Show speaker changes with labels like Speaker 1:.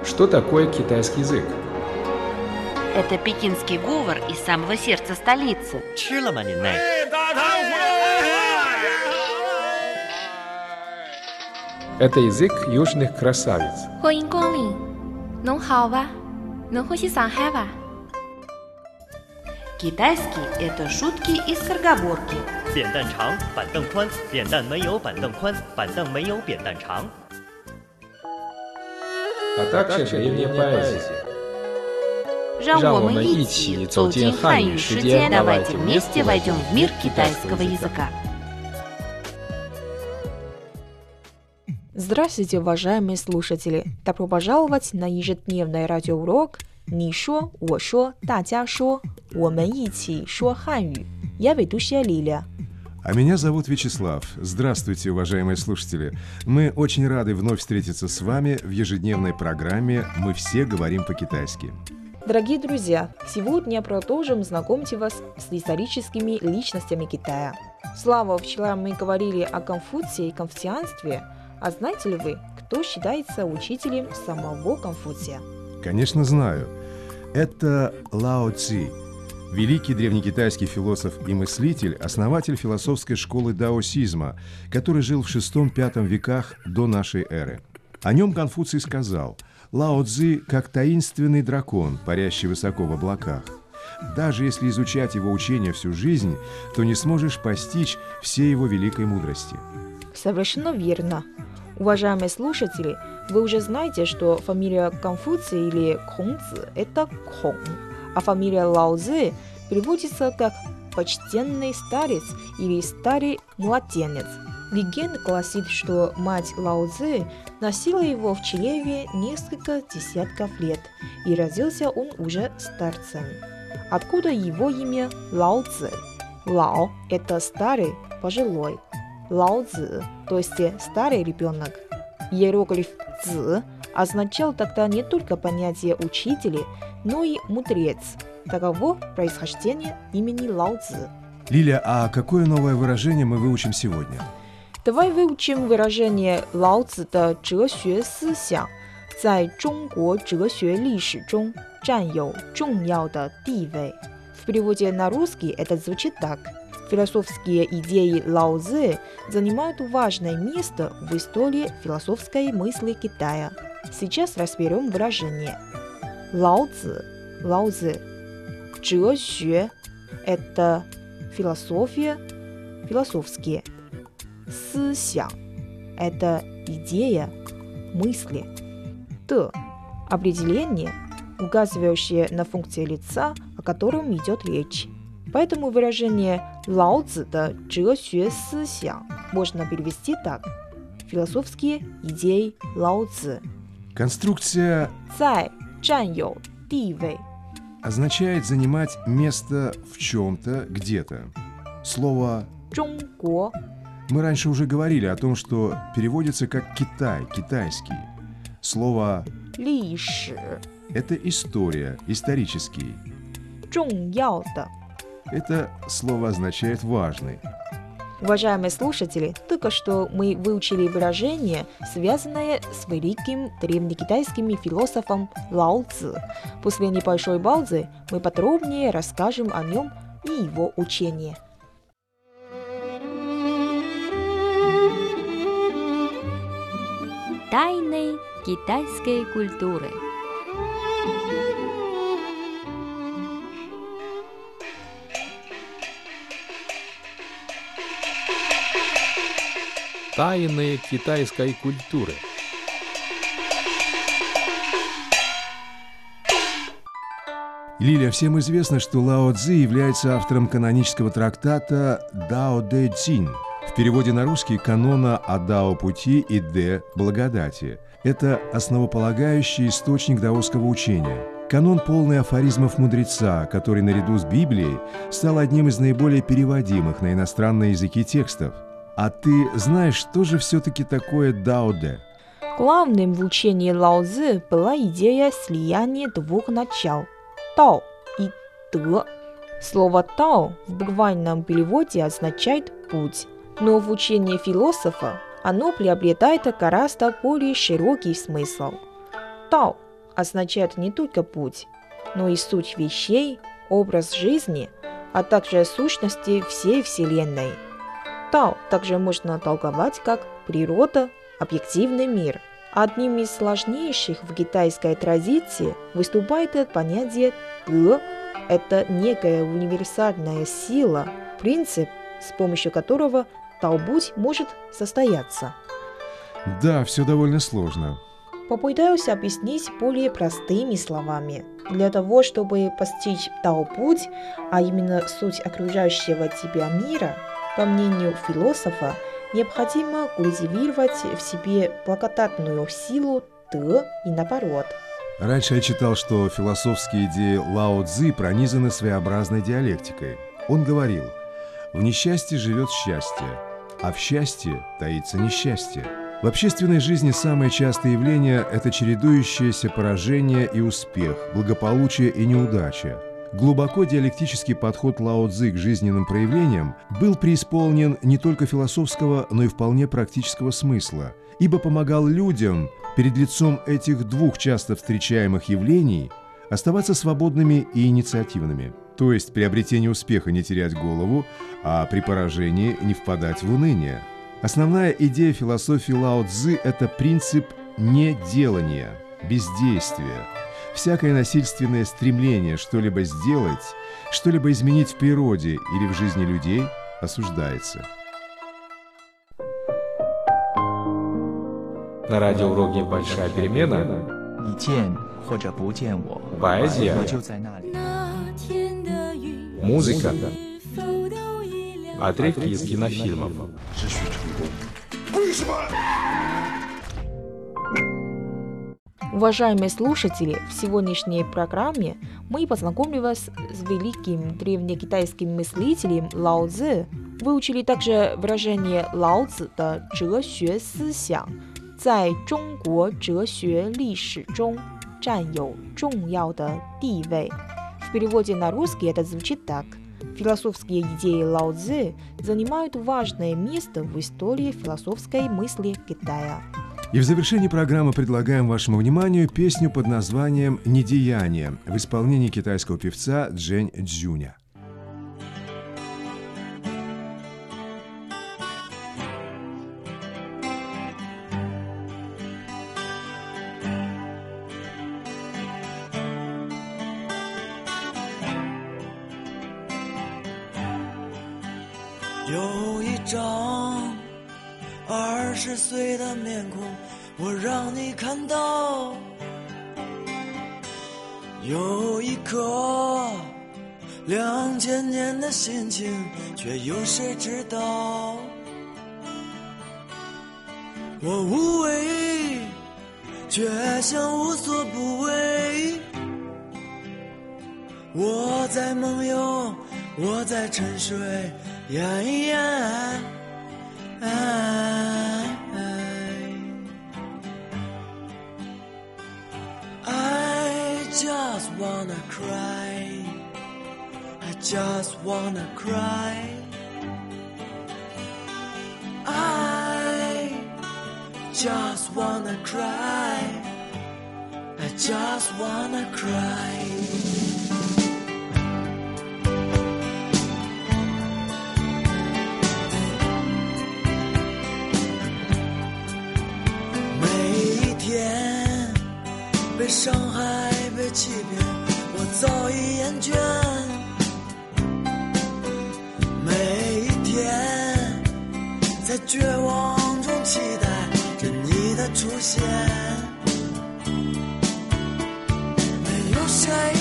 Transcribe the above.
Speaker 1: Что такое китайский язык?
Speaker 2: Это пекинский говор из самого сердца столицы.
Speaker 1: Это язык южных красавиц.
Speaker 3: 欢迎光临，侬好哇，侬欢喜上海哇？
Speaker 2: Китайский – это шутки и скороговорки.
Speaker 4: 扁担长，板凳宽，扁担没有板凳宽，板凳没有扁担长。
Speaker 1: А также древняя поэзия.
Speaker 2: 让我们一起走进汉语世界，давайте вместе войдем в мир китайского языка.
Speaker 5: Здравствуйте, уважаемые слушатели! Добро пожаловать на ежедневный радиоурок «你说我说大家说我们一起说汉语». Я ведущая Лиля.
Speaker 6: А меня зовут Вячеслав. Здравствуйте, уважаемые слушатели. Мы очень рады вновь встретиться с вами в ежедневной программе «Мы все говорим по-китайски».
Speaker 5: Дорогие друзья, сегодня продолжим знакомить вас с историческими личностями Китая. Слава, вчера мы говорили о Конфуции и конфуцианстве. А знаете ли вы, кто считается учителем самого Конфуция?
Speaker 6: Конечно, знаю. Это Лао Цзи, великий древнекитайский философ и мыслитель, основатель философской школы даосизма, который жил в VI-V веках до нашей эры. О нем Конфуций сказал: «Лао Цзи как таинственный дракон, парящий высоко в облаках. Даже если изучать его учения всю жизнь, то не сможешь постичь всей его великой мудрости».
Speaker 5: Совершенно верно. Уважаемые слушатели, вы уже знаете, что фамилия Конфуция или Концзи – это Кон, а фамилия Лао Цзи переводится как «почтенный старец» или «старый младенец». Легенда гласит, что мать Лао Цзи носила его в чреве несколько десятков лет, и родился он уже старцем. Откуда его имя Лао Цзи? Лао – это старый, пожилой. Лао Цзи, то есть старый ребенок. Иероглиф «цзи» означал тогда не только понятие «учитель», но и «мудрец». Таково происхождение имени Лао Цзи.
Speaker 6: Лиля, а какое новое выражение мы выучим сегодня?
Speaker 5: Давай выучим выражение Лао Цзи的哲学思想在中国哲学历史中占有重要的地位. В переводе на русский это звучит так. Философские идеи Лао Цзи занимают важное место в истории философской мысли Китая. Сейчас разберем выражение. Лао Цзи, Лао Цзи. 哲学– это философия, философские. 思想– это идея, мысли. 的 – определение, указывающее на функцию лица, о котором идет речь. Поэтому выражение «Лао Цзи的哲学思想» можно перевести так: философские идеи Лао Цзи.
Speaker 6: Конструкция
Speaker 5: 在占有地位
Speaker 6: означает занимать место в чем-то, где-то. Слово
Speaker 5: 中国
Speaker 6: мы раньше уже говорили о том, что переводится как «Китай», «китайский». Слово
Speaker 5: 历史
Speaker 6: это история, исторический.
Speaker 5: 重要的
Speaker 6: Это слово означает «важный».
Speaker 5: Уважаемые слушатели, только что мы выучили выражение, связанное с великим древнекитайским философом Лао Цзи. После небольшой паузы мы подробнее расскажем о нем и его учении.
Speaker 3: Тайны китайской культуры.
Speaker 1: Тайны китайской культуры.
Speaker 6: Лиля, всем известно, что Лао Цзи является автором канонического трактата «Дао Дэ Цзинь». В переводе на русский канона о Дао пути и Дэ благодати. Это основополагающий источник даосского учения. Канон полный афоризмов мудреца, который наряду с Библией стал одним из наиболее переводимых на иностранные языки текстов. А ты знаешь, что же все-таки такое Дао Дэ?
Speaker 5: Главным в учении Лао Цзи была идея слияния двух начал – Дао и Дэ. Слово «Дао» в буквальном переводе означает «путь», но в учении философа оно приобретает гораздо более широкий смысл. Дао означает не только путь, но и суть вещей, образ жизни, а также сущности всей Вселенной. Дао также можно толковать как природа, объективный мир. Одним из сложнейших в китайской традиции выступает понятие «ге». Это некая универсальная сила, принцип, с помощью которого дао-путь может состояться.
Speaker 6: Да, все довольно сложно.
Speaker 5: Попытаюсь объяснить более простыми словами. Для того, чтобы постичь дао-путь, а именно суть окружающего тебя мира, по мнению философа, необходимо культивировать в себе благодатную силу «де» и наоборот.
Speaker 6: Раньше я читал, что философские идеи Лао Цзы пронизаны своеобразной диалектикой. Он говорил: «В несчастье живет счастье, а в счастье таится несчастье». В общественной жизни самое частое явление – это чередующееся поражение и успех, благополучие и неудача. Глубоко диалектический подход Лао Цзы к жизненным проявлениям был преисполнен не только философского, но и вполне практического смысла, ибо помогал людям перед лицом этих двух часто встречаемых явлений оставаться свободными и инициативными. То есть при обретении успеха не терять голову, а при поражении не впадать в уныние. Основная идея философии Лао Цзы – это принцип неделания, бездействия. Всякое насильственное стремление что-либо сделать, что-либо изменить в природе или в жизни людей осуждается.
Speaker 1: На радиоуроке «Большая перемена» поэзия, музыка, отрывки из кинофильмов.
Speaker 5: Уважаемые слушатели, в сегодняшней программе мы познакомили вас с великим древнекитайским мыслителем Лао Цзы. Выучили также выражение Лао Цзы的哲学思想在中国哲学历史中占有重要的地位. В переводе на русский это звучит так: философские идеи Лао Цзы занимают важное место в истории философской мысли Китая.
Speaker 6: И в завершении программы предлагаем вашему вниманию песню под названием «Недеяние» в исполнении китайского певца Джэнь Цзюня.
Speaker 7: 20岁的面孔，我让你看到。有一颗2000年的心情，却有谁知道？我无畏，却想无所不为。我在梦游，我在沉睡。I just wanna cry. I just wanna cry. I just wanna cry. I just wanna cry.被伤害，被欺骗，我早已厌倦。每一天，在绝望中期待着你的出现。没有谁